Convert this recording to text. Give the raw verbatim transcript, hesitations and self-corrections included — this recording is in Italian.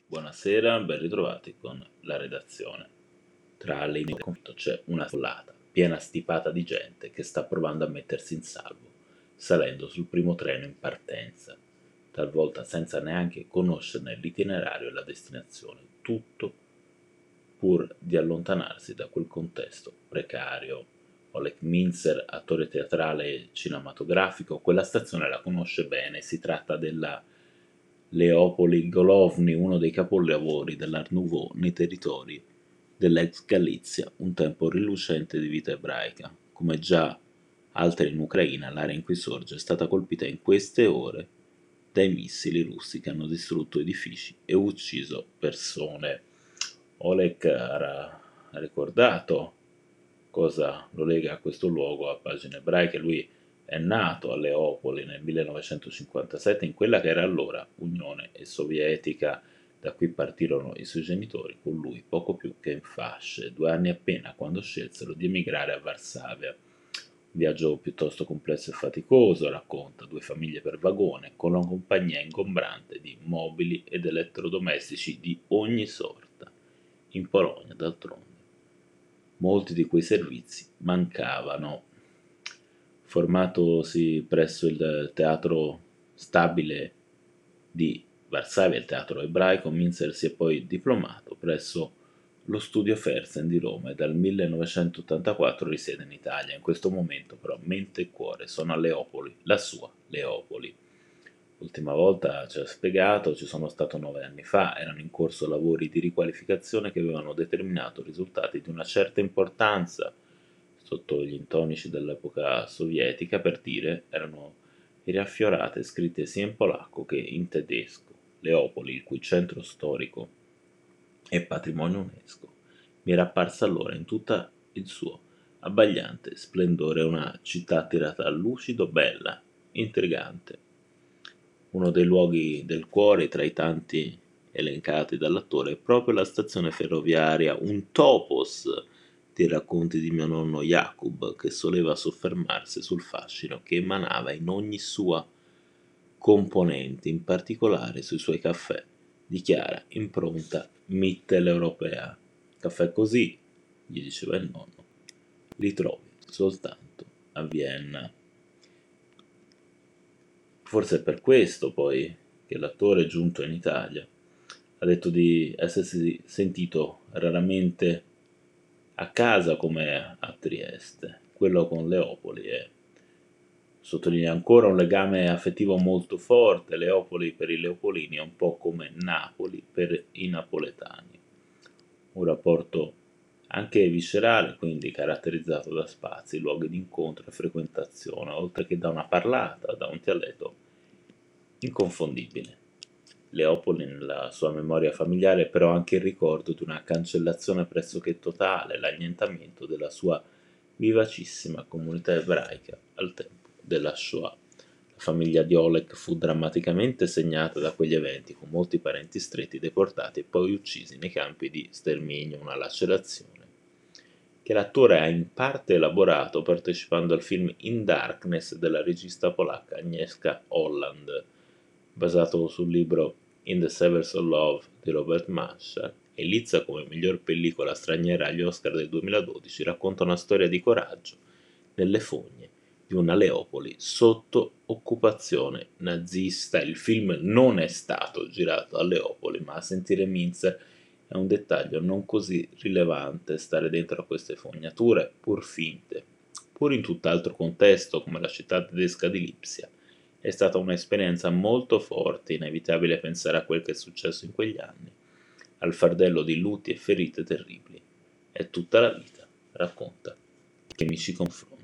Buonasera, ben ritrovati con la redazione. Tra le linee del conflitto c'è una follata, piena stipata di gente che sta provando a mettersi in salvo, salendo sul primo treno in partenza, talvolta senza neanche conoscerne l'itinerario e la destinazione, tutto pur di allontanarsi da quel contesto precario. Oleg Minzer, attore teatrale e cinematografico, quella stazione la conosce bene, si tratta della Leopoli Golovny, uno dei capolavori dell'Art Nouveau nei territori dell'ex Galizia, un tempo rilucente di vita ebraica. Come già altre in Ucraina, l'area in cui sorge è stata colpita in queste ore dai missili russi che hanno distrutto edifici e ucciso persone. Oleg ha ricordato cosa lo lega a questo luogo a pagine ebraiche. Lui è nato a Leopoli nel millenovecentocinquantasette, in quella che era allora Unione Sovietica. Da qui partirono i suoi genitori, con lui poco più che in fasce, due anni appena quando scelsero di emigrare a Varsavia. Un viaggio piuttosto complesso e faticoso, racconta, due famiglie per vagone, con una compagnia ingombrante di mobili ed elettrodomestici di ogni sorta. In Polonia, d'altronde, molti di quei servizi mancavano. Formatosi presso il Teatro Stabile di Varsavia, il teatro ebraico, Minzer si è poi diplomato presso lo Studio Fersen di Roma e dal millenovecentottantaquattro risiede in Italia. In questo momento però mente e cuore sono a Leopoli, la sua Leopoli. L'ultima volta ci ha spiegato, ci sono stato nove anni fa, erano in corso lavori di riqualificazione che avevano determinato risultati di una certa importanza sotto gli intonici dell'epoca sovietica, per dire, erano riaffiorate scritte sia in polacco che in tedesco. Leopoli, il cui centro storico è patrimonio UNESCO, mi era apparsa allora in tutto il suo abbagliante splendore, una città tirata a lucido, bella, intrigante. Uno dei luoghi del cuore tra i tanti elencati dall'attore è proprio la stazione ferroviaria, un topos dei racconti di mio nonno Jakub, che soleva soffermarsi sul fascino che emanava in ogni sua componente, in particolare sui suoi caffè di chiara impronta mitteleuropea. Caffè così, gli diceva il nonno, li trovi soltanto a Vienna. Forse è per questo poi che l'attore giunto in Italia ha detto di essersi sentito raramente a casa come a Trieste. Quello con Leopoli è, sottolinea ancora, un legame affettivo molto forte. Leopoli per i leopolini è un po' come Napoli per i napoletani. Un rapporto anche viscerale, quindi caratterizzato da spazi, luoghi di incontro e frequentazione, oltre che da una parlata, da un dialetto inconfondibile. Leopoli, nella sua memoria familiare, è però anche il ricordo di una cancellazione pressoché totale, l'annientamento della sua vivacissima comunità ebraica al tempo della Shoah. La famiglia di Oleg fu drammaticamente segnata da quegli eventi, con molti parenti stretti deportati e poi uccisi nei campi di sterminio, una lacerazione che l'attore ha in parte elaborato partecipando al film In Darkness della regista polacca Agnieszka Holland, basato sul libro In the Severs of Love di Robert Marshall. E Lizza, come miglior pellicola straniera agli Oscar del duemiladodici, racconta una storia di coraggio nelle fogne di una Leopoli sotto occupazione nazista. Il film non è stato girato a Leopoli, ma a sentire Minzer è un dettaglio non così rilevante. Stare dentro a queste fognature, pur finte, pur in tutt'altro contesto come la città tedesca di Lipsia, è stata un'esperienza molto forte, inevitabile pensare a quel che è successo in quegli anni, al fardello di lutti e ferite terribili. È tutta la vita, racconta, che mi ci confronta.